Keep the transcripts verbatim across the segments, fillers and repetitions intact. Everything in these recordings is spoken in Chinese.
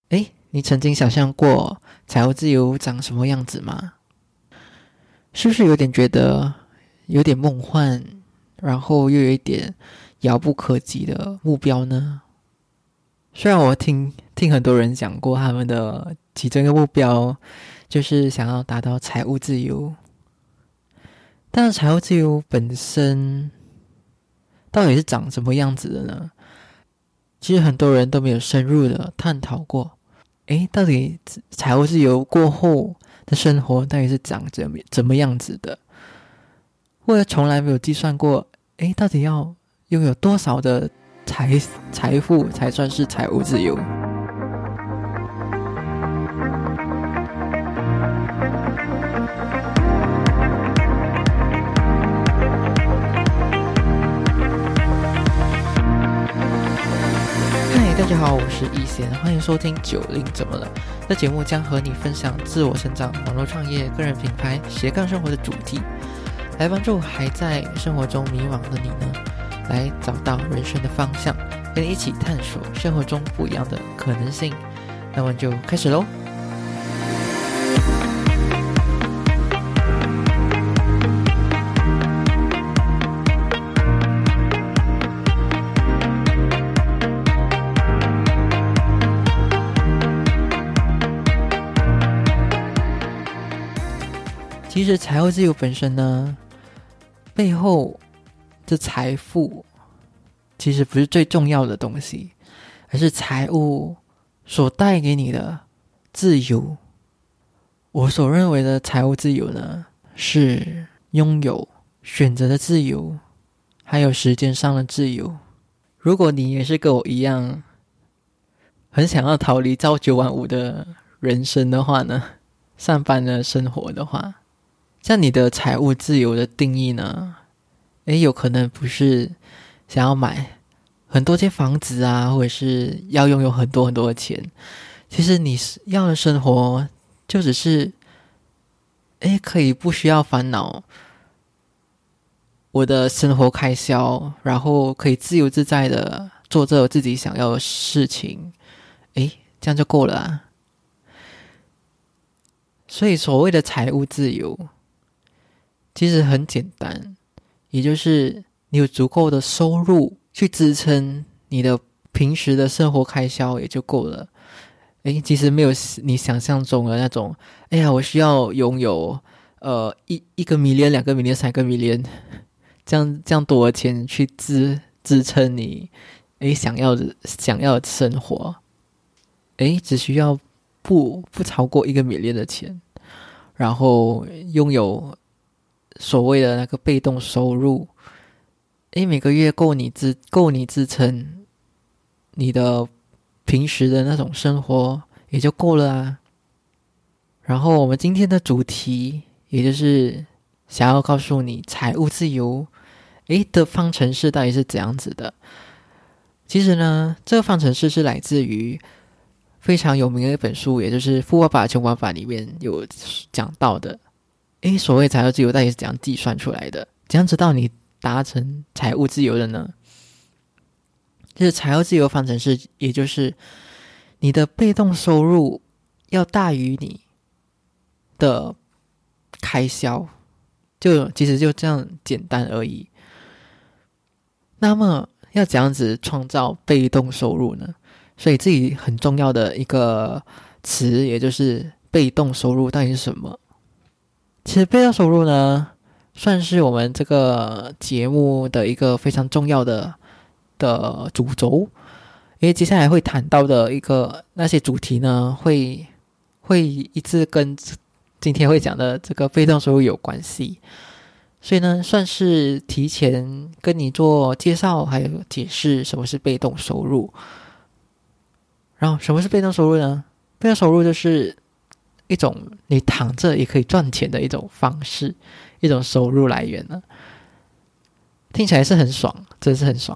诶，你曾经想象过财务自由长什么样子吗？是不是有点觉得有点梦幻，然后又有一点遥不可及的目标呢？虽然我听听很多人讲过他们的其中一个目标就是想要达到财务自由，但是财务自由本身到底是长什么样子的呢？其实很多人都没有深入的探讨过，诶，到底财务自由过后的生活到底是长怎么怎么样子的？或者从来没有计算过，诶，到底要拥有多少的财财富才算是财务自由？嗨，大家好，我是易贤，欢迎收听九零怎么了。这节目将和你分享自我成长、网络创业、个人品牌、斜杠生活的主题，来帮助还在生活中迷惘的你呢，来找到人生的方向，跟你一起探索生活中不一样的可能性。那么就开始咯。其实财务自由本身呢，背后的财富其实不是最重要的东西，而是财务所带给你的自由。我所认为的财务自由呢，是拥有选择的自由，还有时间上的自由。如果你也是跟我一样很想要逃离朝九晚五的人生的话呢，上班的生活的话，像你的财务自由的定义呢，诶，有可能不是想要买很多间房子啊，或者是要拥有很多很多的钱。其实你要的生活就只是诶，可以不需要烦恼我的生活开销，然后可以自由自在的做着自己想要的事情，诶，这样就够了啊。所以所谓的财务自由其实很简单，也就是你有足够的收入去支撑你的平时的生活开销也就够了。诶，其实没有你想象中的那种，哎呀，我需要拥有呃一一个 million、两个 million、三个 million 这样这样多的钱去支支撑你诶想要的想要的生活。诶，只需要不不超过一个 million 的钱，然后拥有所谓的那个被动收入，诶，每个月够你支够你支撑你的平时的那种生活也就够了啊。然后我们今天的主题，也就是想要告诉你财务自由诶的方程式到底是怎样子的。其实呢，这个方程式是来自于非常有名的一本书，也就是《富爸爸穷爸爸》里面有讲到的。诶，所谓财务自由到底是怎样计算出来的？怎样知道你达成财务自由的呢？就是财务自由方程式，也就是你的被动收入要大于你的开销，就其实就这样简单而已。那么要怎样子创造被动收入呢？所以自己很重要的一个词，也就是被动收入到底是什么？其实被动收入呢，算是我们这个节目的一个非常重要的的主轴，因为接下来会谈到的一个那些主题呢，会会一直跟今天会讲的这个被动收入有关系。所以呢，算是提前跟你做介绍，还有解释什么是被动收入。然后什么是被动收入呢？被动收入就是一种你躺着也可以赚钱的一种方式，一种收入来源呢。听起来是很爽，真的是很爽。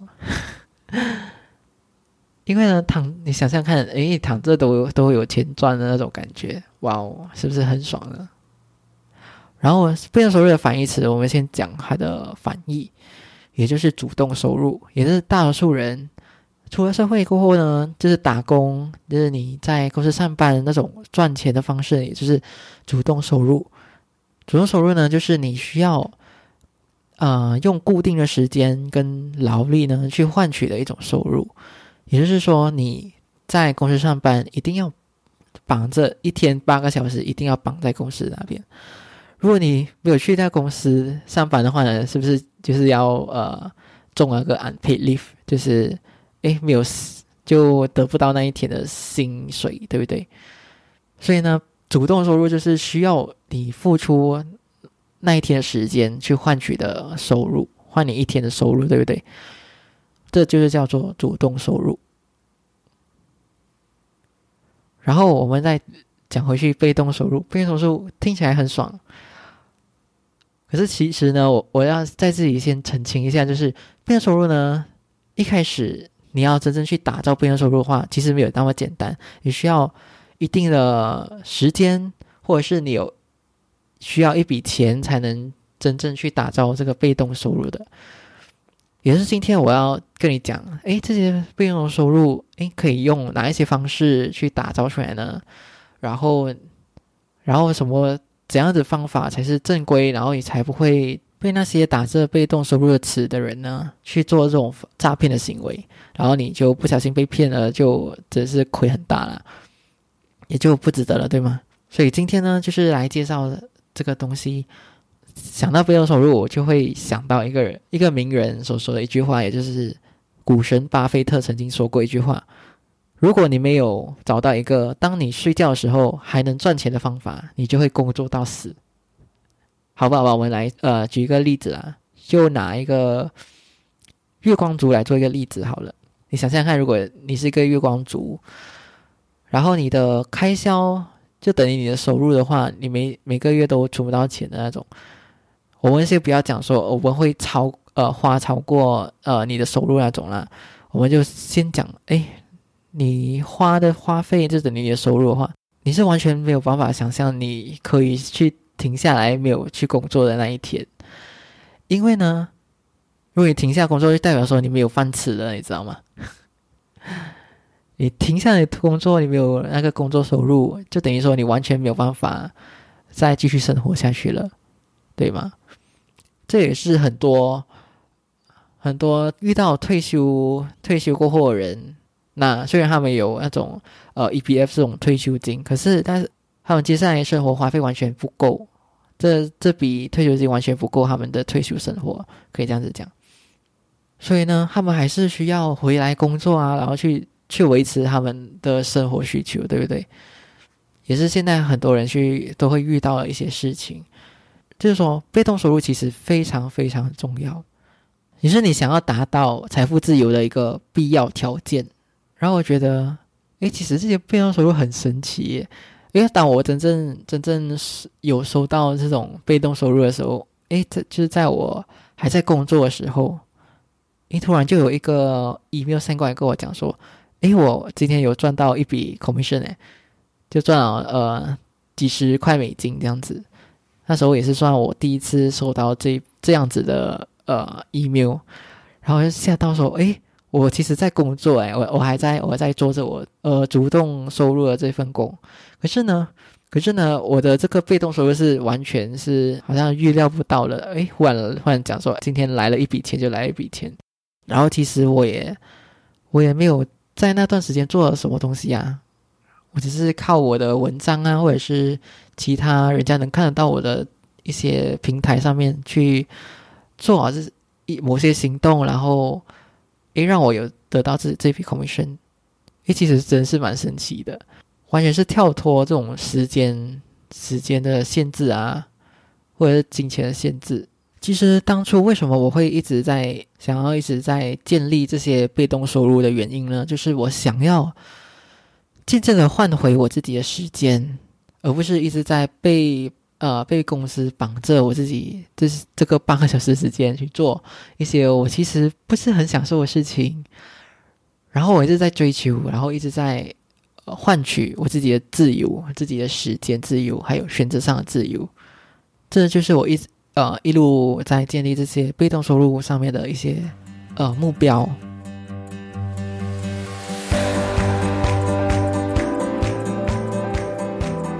因为呢，躺你想想看，诶，躺着都都会有钱赚的那种感觉，哇哦，是不是很爽呢？然后被动收入的反义词，我们先讲它的反义，也就是主动收入，也是大多数人出了社会过后呢，就是打工，就是你在公司上班那种赚钱的方式，也就是主动收入。主动收入呢，就是你需要呃用固定的时间跟劳力呢去换取的一种收入。也就是说，你在公司上班一定要绑着一天八个小时，一定要绑在公司那边。如果你没有去在公司上班的话呢，是不是就是要呃中了个 unpaid leave， 就是诶没有就得不到那一天的薪水，对不对？所以呢，主动收入就是需要你付出那一天的时间去换取的收入，换你一天的收入，对不对？这就是叫做主动收入。然后我们再讲回去被动收入，被动收入听起来很爽，可是其实呢，我我要在这里先澄清一下，就是被动收入呢，一开始你要真正去打造被动收入的话，其实没有那么简单，你需要一定的时间，或者是你有需要一笔钱才能真正去打造这个被动收入的。也是今天我要跟你讲，诶，这些被动收入，诶，可以用哪一些方式去打造出来呢？然后，然后什么怎样的方法才是正规，然后你才不会被那些打着被动收入的词的人呢去做这种诈骗的行为，然后你就不小心被骗了，就真是亏很大了，也就不值得了，对吗？所以今天呢，就是来介绍这个东西。想到被动收入，我就会想到一个人一个名人所说的一句话，也就是股神巴菲特曾经说过一句话：如果你没有找到一个当你睡觉的时候还能赚钱的方法，你就会工作到死。好吧，我们来呃举一个例子啊，就拿一个月光族来做一个例子好了。你想想看，如果你是一个月光族，然后你的开销就等于你的收入的话，你每每个月都存不到钱的那种。我们先不要讲说我们会超呃花超过呃你的收入那种啦，我们就先讲，诶，你花的花费就等于你的收入的话，你是完全没有办法想象你可以去停下来没有去工作的那一天。因为呢，如果你停下工作，就代表说你没有饭吃了，你知道吗？你停下来工作，你没有那个工作收入，就等于说你完全没有办法再继续生活下去了，对吗？这也是很多很多遇到退休退休过后的人，那虽然他们有那种呃 E P F 这种退休金，可是但是他们接下来生活花费完全不够，这这笔退休金完全不够他们的退休生活，可以这样子讲。所以呢，他们还是需要回来工作啊，然后去去维持他们的生活需求，对不对？也是现在很多人去都会遇到的一些事情。就是说被动收入其实非常非常重要，也是你想要达到财富自由的一个必要条件。然后我觉得诶，其实这些被动收入很神奇耶，因为当我真正真正有收到这种被动收入的时候，诶，这就是在我还在工作的时候，诶，突然就有一个 email send 过来跟我讲说，诶，我今天有赚到一笔 commission 诶，就赚了呃几十块美金这样子。那时候也是算我第一次收到这这样子的呃 email， 然后就吓到说，诶，我其实在工作诶，我我还在我还在做着我呃主动收入的这份工，可是呢，可是呢，我的这个被动收入是完全是好像预料不到的，诶，忽然忽然讲说今天来了一笔钱就来了一笔钱，然后其实我也我也没有在那段时间做了什么东西啊。我只是靠我的文章啊，或者是其他人家能看得到我的一些平台上面去做好这某些行动，然后诶让我有得到这这笔 commission， 诶其实真是蛮神奇的，完全是跳脱这种时间时间的限制啊，或者是金钱的限制。其实当初为什么我会一直在想要一直在建立这些被动收入的原因呢？就是我想要渐渐的换回我自己的时间，而不是一直在被呃被公司绑着我自己这这个半个小时时间去做一些我其实不是很享受的事情，然后我一直在追求，然后一直在、呃、换取我自己的自由，自己的时间自由，还有选择上的自由。这就是我一呃一路在建立这些被动收入上面的一些呃目标。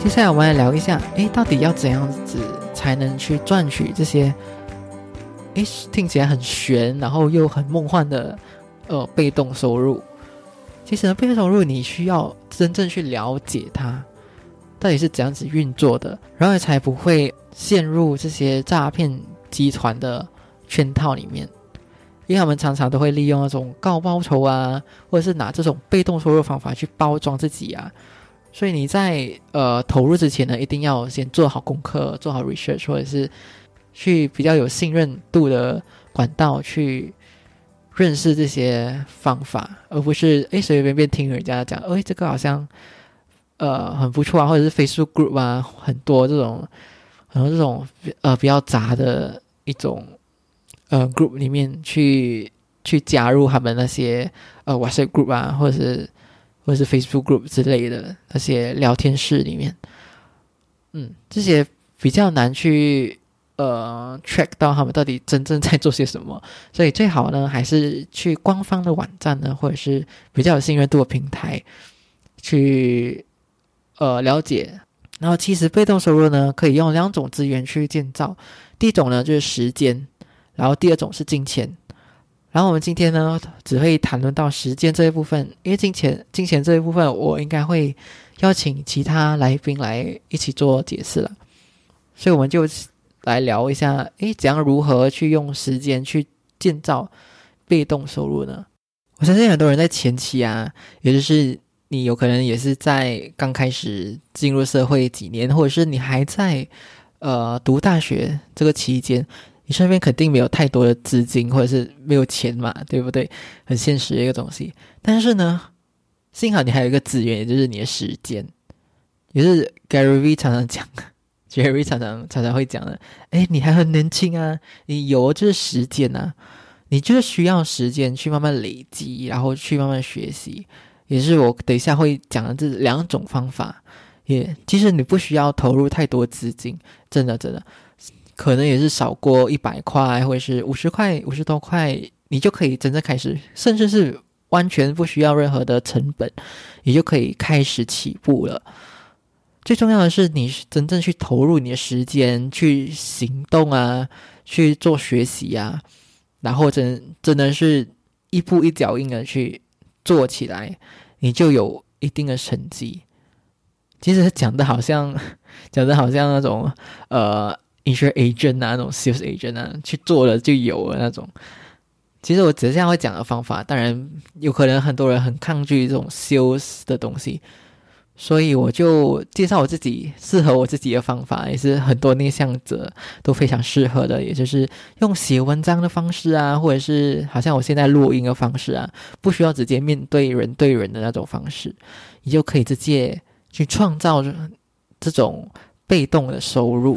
接下来我们来聊一下，诶，到底要怎样子才能去赚取这些诶听起来很玄然后又很梦幻的呃被动收入。其实呢，被动收入你需要真正去了解它到底是怎样子运作的，然后才不会陷入这些诈骗集团的圈套里面。因为他们常常都会利用那种高报酬啊，或者是拿这种被动收入方法去包装自己啊。所以你在呃投入之前呢，一定要先做好功课，做好 research， 或者是去比较有信任度的管道去认识这些方法，而不是诶随随便便听人家讲，诶这个好像呃很不错啊，或者是 Facebook group 啊，很多这种很多这种呃比较杂的一种呃 group 里面去去加入他们那些呃 WhatsApp group 啊，或者是或者是 Facebook group 之类的那些聊天室里面，嗯，这些比较难去呃 track 到他们到底真正在做些什么，所以最好呢还是去官方的网站呢，或者是比较有信任度的平台去呃了解。然后其实被动收入呢可以用两种资源去建造，第一种呢就是时间，然后第二种是金钱。然后我们今天呢只会谈论到时间这一部分，因为金钱金钱这一部分我应该会邀请其他来宾来一起做解释了，所以我们就来聊一下诶怎样如何去用时间去建造被动收入呢。我相信很多人在前期啊，也就是你有可能也是在刚开始进入社会几年，或者是你还在呃读大学这个期间，你身边肯定没有太多的资金，或者是没有钱嘛，对不对？很现实的一个东西。但是呢，幸好你还有一个资源，也就是你的时间，也是 Gary V 常常讲Gary V 常常常常会讲的，诶你还很年轻啊，你有就是时间啊，你就是需要时间去慢慢累积，然后去慢慢学习，也是我等一下会讲的这两种方法。也其实你不需要投入太多资金，真的真的可能也是少过一百块，或者是五十块五十多块，你就可以真正开始，甚至是完全不需要任何的成本，你就可以开始起步了。最重要的是你真正去投入你的时间去行动啊，去做学习啊，然后真真的是一步一脚印的去做起来，你就有一定的成绩。其实讲的好像讲的好像那种呃 insurance agent 啊，那种 sales agent 啊，去做了就有了那种。其实我只是这样会讲的方法，当然有可能很多人很抗拒这种 sales 的东西，所以我就介绍我自己适合我自己的方法，也是很多内向者都非常适合的，也就是用写文章的方式啊，或者是好像我现在录音的方式啊，不需要直接面对人对人的那种方式，你就可以直接去创造这种被动的收入。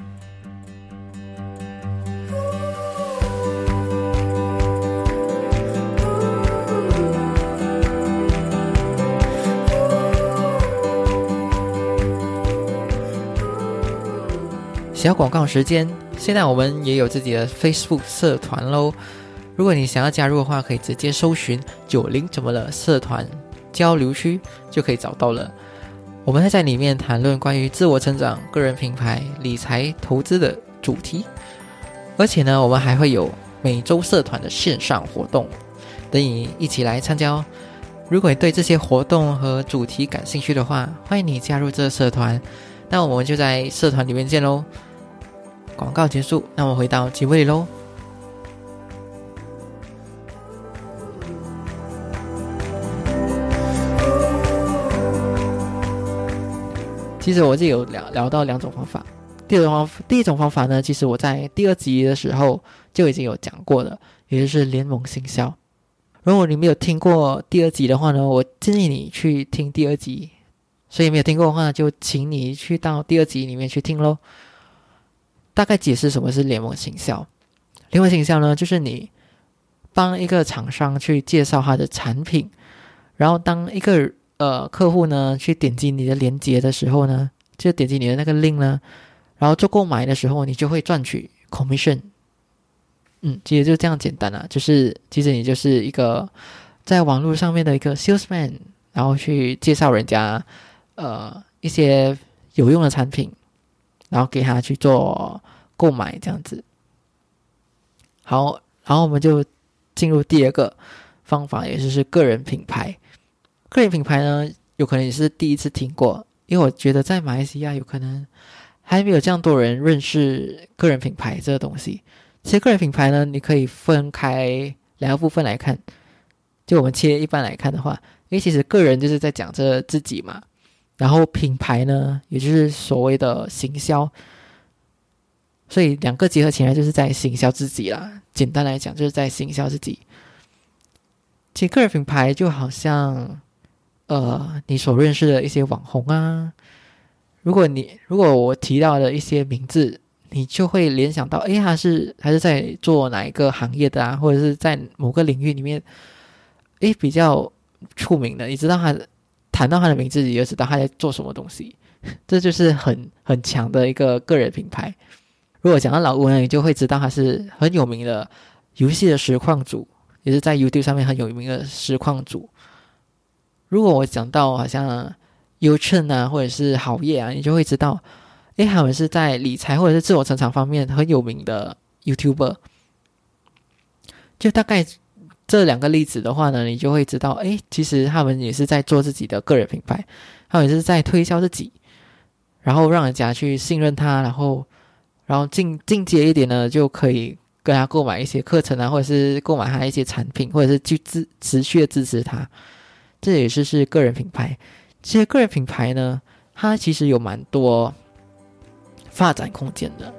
小广告时间，现在我们也有自己的 Facebook 社团咯，如果你想要加入的话，可以直接搜寻九零怎么了社团交流区就可以找到了。我们会在里面谈论关于自我成长、个人品牌、理财、投资的主题，而且呢，我们还会有每周社团的线上活动，等你一起来参加哦。如果你对这些活动和主题感兴趣的话，欢迎你加入这个社团，那我们就在社团里面见咯。广告结束，那我回到节目里咯。其实我就有聊聊到两种方法，第二种方法第一种方法呢，其实我在第二集的时候就已经有讲过了，也就是联盟行销。如果你没有听过第二集的话呢，我建议你去听第二集，所以没有听过的话，就请你去到第二集里面去听咯。大概解释什么是联盟行销。联盟行销呢，就是你帮一个厂商去介绍他的产品，然后当一个呃客户呢去点击你的链接的时候呢，就点击你的那个 link 呢，然后做购买的时候，你就会赚取 commission。 嗯，其实就这样简单啊，就是其实你就是一个在网络上面的一个 salesman， 然后去介绍人家呃一些有用的产品，然后给他去做购买这样子。好，然后我们就进入第二个方法，也就是个人品牌。个人品牌呢，有可能也是第一次听过，因为我觉得在马来西亚有可能还没有这样多人认识个人品牌这个东西。其实个人品牌呢，你可以分开两个部分来看。就我们切一般来看的话，因为其实个人就是在讲着自己嘛，然后品牌呢，也就是所谓的行销，所以两个结合起来就是在行销自己啦。简单来讲，就是在行销自己。其实个人品牌就好像，呃，你所认识的一些网红啊，如果你如果我提到的一些名字，你就会联想到，诶，他是他是在做哪一个行业的啊，或者是在某个领域里面，诶，比较出名的，你知道他谈到他的名字，你就知道他在做什么东西，这就是很很强的一个个人品牌。如果讲到老吴呢，你就会知道他是很有名的游戏的实况主，也是在 YouTube 上面很有名的实况主。如果我讲到好像优称啊，或者是好业啊，你就会知道，诶，他们是在理财或者是自我成长方面很有名的 YouTuber。就大概这两个例子的话呢，你就会知道，诶，其实他们也是在做自己的个人品牌，他们也是在推销自己，然后让人家去信任他，然后然后进进阶一点呢，就可以跟他购买一些课程啊，或者是购买他一些产品，或者是去支持续的支持他。这也是是个人品牌。这些个人品牌呢，它其实有蛮多发展空间的。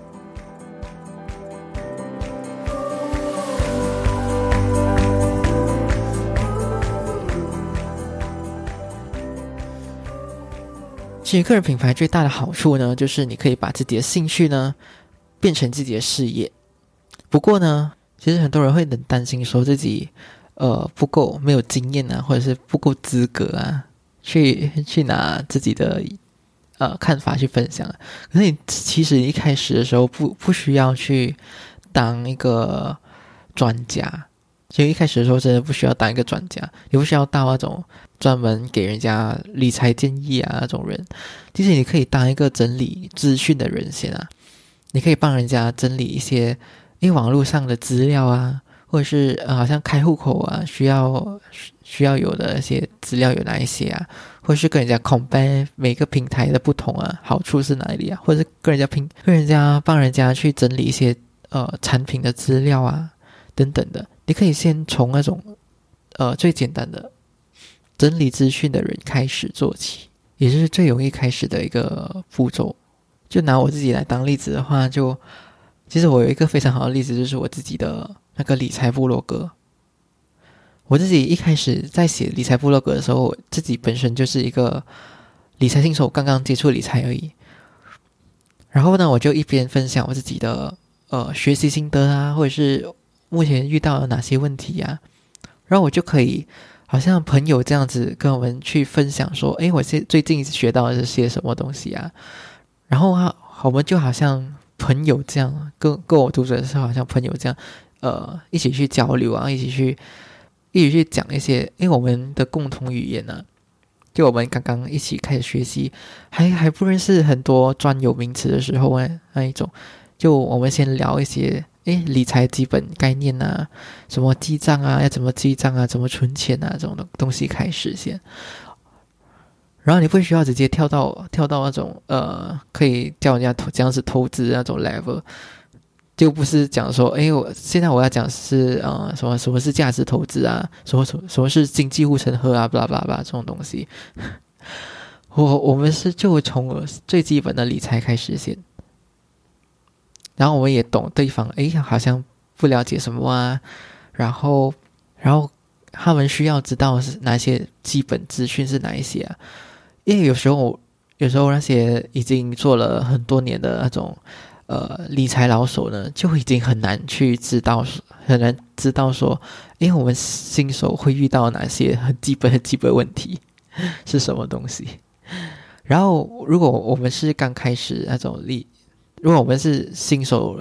其实个人品牌最大的好处呢，就是你可以把自己的兴趣呢变成自己的事业。不过呢，其实很多人会很担心说自己呃不够没有经验啊，或者是不够资格啊，去去拿自己的呃看法去分享。可是你其实一开始的时候不不需要去当一个专家，其实一开始的时候真的不需要当一个专家，也不需要到那种专门给人家理财建议啊那种人。其实你可以当一个整理资讯的人先啊，你可以帮人家整理一些因为网络上的资料啊，或者是呃好像开户口啊需要需要有的一些资料有哪一些啊，或者是跟人家 compare 每个平台的不同啊，好处是哪里啊，或者是跟人家拼跟人家帮人家去整理一些呃产品的资料啊等等的。你可以先从那种呃最简单的整理资讯的人开始做起，也就是最容易开始的一个步骤。就拿我自己来当例子的话，就其实我有一个非常好的例子，就是我自己的那个理财部落格。我自己一开始在写理财部落格的时候，我自己本身就是一个理财新手，刚刚接触理财而已。然后呢，我就一边分享我自己的呃学习心得啊，或者是目前遇到了哪些问题啊，然后我就可以好像朋友这样子跟我们去分享说，诶，我最近学到的是些什么东西啊，然后我们就好像朋友这样，跟跟我读者是好像朋友这样，呃，一起去交流啊，一起去一起去讲一些，因为我们的共同语言呢、啊，就我们刚刚一起开始学习，还还不认识很多专有名词的时候呢，那一种，就我们先聊一些，诶，理财基本概念啊，什么记账啊，要怎么记账啊，怎么存钱啊，这种东西开始先。然后你不需要直接跳到跳到那种呃可以教人家投这样子投资那种 level， 就不是讲说，诶，我现在我要讲是呃什么什么是价值投资啊，什么什么什么是经济护城河啊，巴拉巴拉巴拉这种东西。我我们是就从最基本的理财开始先，然后我们也懂对方，诶，好像不了解什么啊，然后然后他们需要知道是哪些基本资讯是哪一些啊。因为有时候有时候那些已经做了很多年的那种呃理财老手呢，就已经很难去知道很难知道说，因为我们新手会遇到哪些很基本很基本问题是什么东西。然后如果我们是刚开始那种理如果我们是新手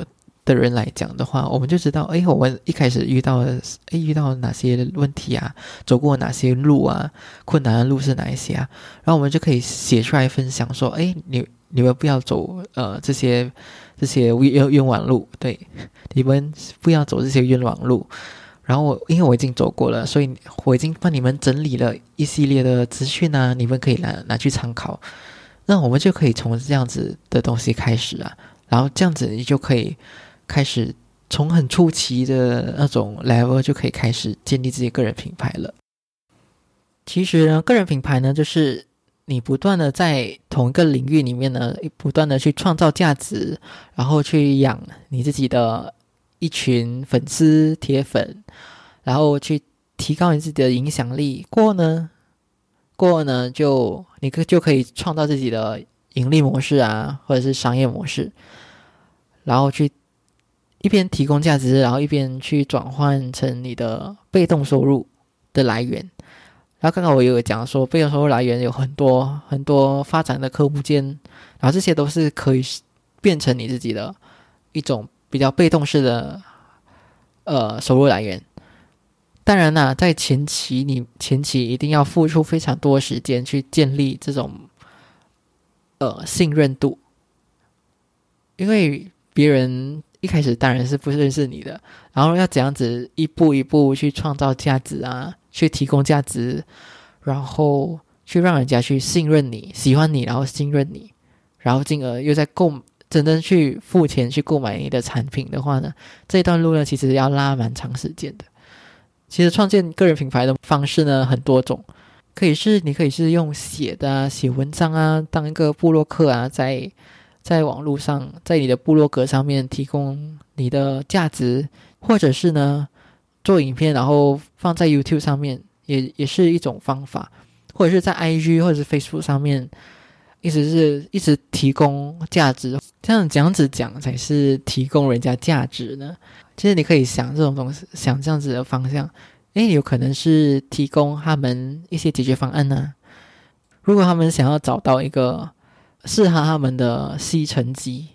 的人来讲的话，我们就知道，诶，我们一开始遇到的，诶，遇到哪些问题啊，走过哪些路啊，困难的路是哪一些啊，然后我们就可以写出来分享说，诶，你你们不要走呃这些这些冤冤枉路，对，你们不要走这些冤枉路。然后我因为我已经走过了，所以我已经帮你们整理了一系列的资讯啊，你们可以拿拿去参考。那我们就可以从这样子的东西开始啊，然后这样子你就可以开始从很初期的那种 level 就可以开始建立自己个人品牌了。其实呢，个人品牌呢，就是你不断的在同一个领域里面呢，不断的去创造价值，然后去养你自己的一群粉丝铁粉，然后去提高你自己的影响力。过后呢，过后呢，就你可就可以创造自己的盈利模式啊，或者是商业模式，然后去一边提供价值，然后一边去转换成你的被动收入的来源。然后刚刚我也有讲说，被动收入来源有很多很多发展的科目间，然后这些都是可以变成你自己的一种比较被动式的呃收入来源。当然啦，在前期你前期一定要付出非常多时间去建立这种呃信任度，因为别人一开始当然是不认识你的，然后要怎样子一步一步去创造价值啊，去提供价值，然后去让人家去信任你，喜欢你，然后信任你，然后进而又在购真正去付钱去购买你的产品的话呢，这一段路呢其实要拉蛮长时间的。其实创建个人品牌的方式呢很多种，可以是你可以是用写的啊，写文章啊，当一个部落客啊，在在网络上，在你的部落格上面提供你的价值，或者是呢做影片然后放在 YouTube 上面，也也是一种方法，或者是在 I G 或者是 Facebook 上面一直是一直提供价值。这样这样子讲才是提供人家价值呢。其实你可以想这种东西，想这样子的方向，诶，有可能是提供他们一些解决方案呢、啊。如果他们想要找到一个适合他们的吸尘机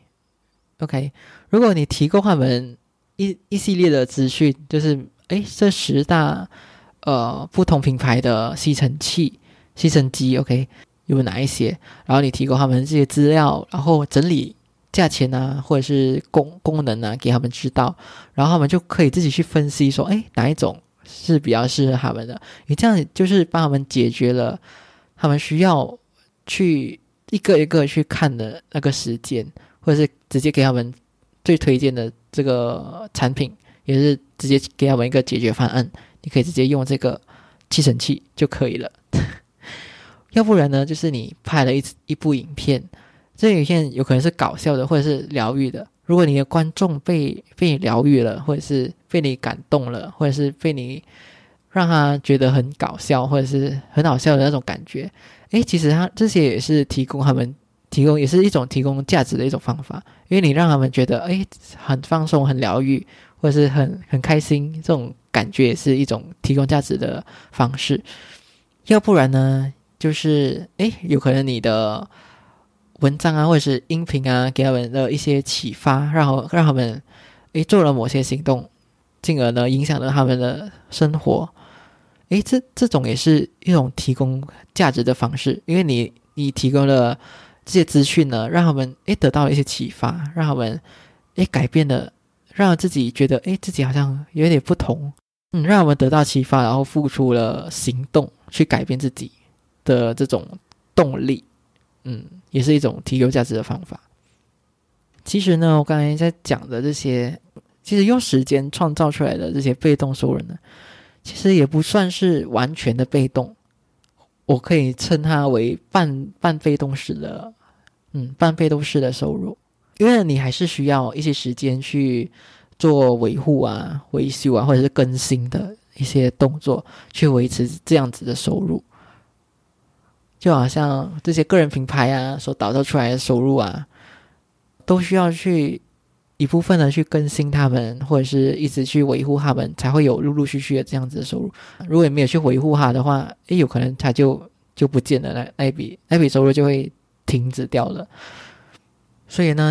，OK， 如果你提供他们一一系列的资讯，就是诶，这十大呃不同品牌的吸尘器、吸尘机 ，OK， 有哪一些？然后你提供他们这些资料，然后整理价钱啊，或者是功功能啊，给他们知道，然后他们就可以自己去分析说，诶，哪一种是比较适合他们的。你这样就是帮他们解决了他们需要去一个一个去看的那个时间，或者是直接给他们最推荐的这个产品，也是直接给他们一个解决方案，你可以直接用这个吸尘器就可以了。要不然呢，就是你拍了一一部影片，这个影片有可能是搞笑的，或者是疗愈的。如果你的观众被被你疗愈了，或者是被你感动了，或者是被你让他觉得很搞笑，或者是很好笑的那种感觉，诶，其实他这些也是提供他们提供也是一种提供价值的一种方法，因为你让他们觉得诶很放松、很疗愈，或者是很很开心，这种感觉也是一种提供价值的方式。要不然呢，就是诶有可能你的文章啊，或者是音频啊，给他们的一些启发，让让他们诶做了某些行动，进而呢影响了他们的生活。诶，这这种也是一种提供价值的方式，因为你你提供了这些资讯呢，让他们诶得到了一些启发，让他们诶改变了，让自己觉得诶自己好像有点不同，嗯，让他们得到启发，然后付出了行动去改变自己的这种动力，嗯，也是一种提供价值的方法。其实呢，我刚才在讲的这些，其实用时间创造出来的这些被动收入呢，其实也不算是完全的被动，我可以称它为半半被动式的，嗯，半被动式的收入，因为你还是需要一些时间去做维护啊、维修啊，或者是更新的一些动作，去维持这样子的收入。就好像这些个人品牌啊所导造出来的收入啊，都需要去一部分的去更新他们，或者是一直去维护他们，才会有陆陆续续的这样子的收入。如果你没有去维护它的话，诶，有可能它就就不见了，那那一笔那笔收入就会停止掉了。所以呢，你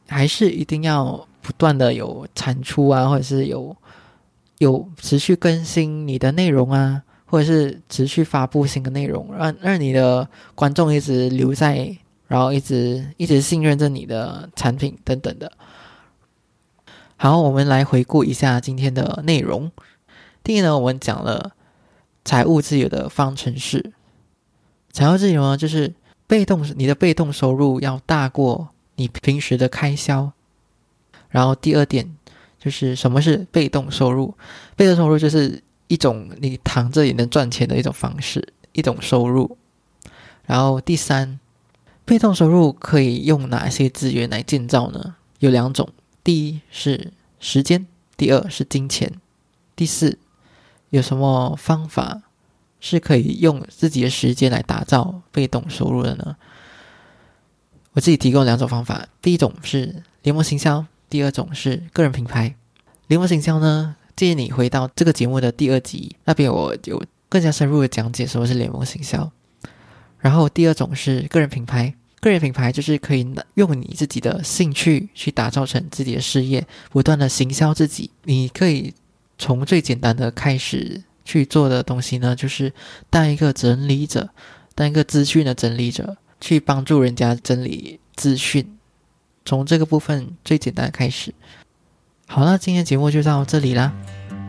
还是一定要不断的有产出啊，或者是有有持续更新你的内容啊，或者是持续发布新的内容，让让你的观众一直留在，然后一直一直信任着你的产品等等的。好，我们来回顾一下今天的内容。第一呢，我们讲了财务自由的方程式。财务自由呢，就是被动你的被动收入要大过你平时的开销。然后第二点就是什么是被动收入？被动收入就是一种你躺着也能赚钱的一种方式，一种收入。然后第三，被动收入可以用哪些资源来建造呢？有两种，第一是时间，第二是金钱。第四，有什么方法是可以用自己的时间来打造被动收入的呢？我自己提供两种方法，第一种是联盟行销，第二种是个人品牌。联盟行销呢，建议你回到这个节目的第二集，那边我有更加深入的讲解什么是联盟行销。然后第二种是个人品牌，个人品牌就是可以用你自己的兴趣去打造成自己的事业，不断的行销自己。你可以从最简单的开始去做的东西呢，就是当一个整理者，当一个资讯的整理者，去帮助人家整理资讯，从这个部分最简单的开始。好了，今天节目就到这里啦。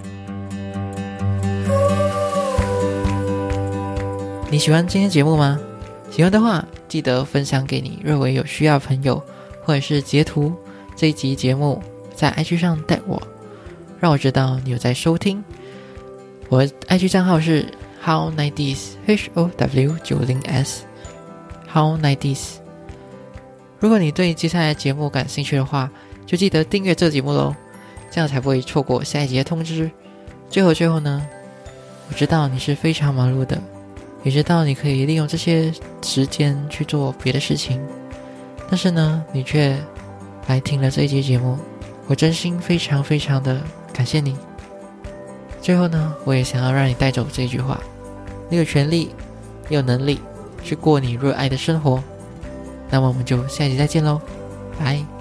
你喜欢今天节目吗？喜欢的话记得分享给你认为有需要的朋友，或者是截图这一集节目在 I G 上 tag 我，让我知道你有在收听。我的 I G 账号是 how nineties H O W 九十 S how nineties。 如果你对接下来的节目感兴趣的话，就记得订阅这个节目咯，这样才不会错过下一集的通知。最后最后呢，我知道你是非常忙碌的，也知道你可以利用这些时间去做别的事情，但是呢，你却来听了这一集节目，我真心非常非常的感谢你。最后呢，我也想要让你带走这句话：你有权利，你有能力去过你热爱的生活。那么我们就下集再见咯，拜。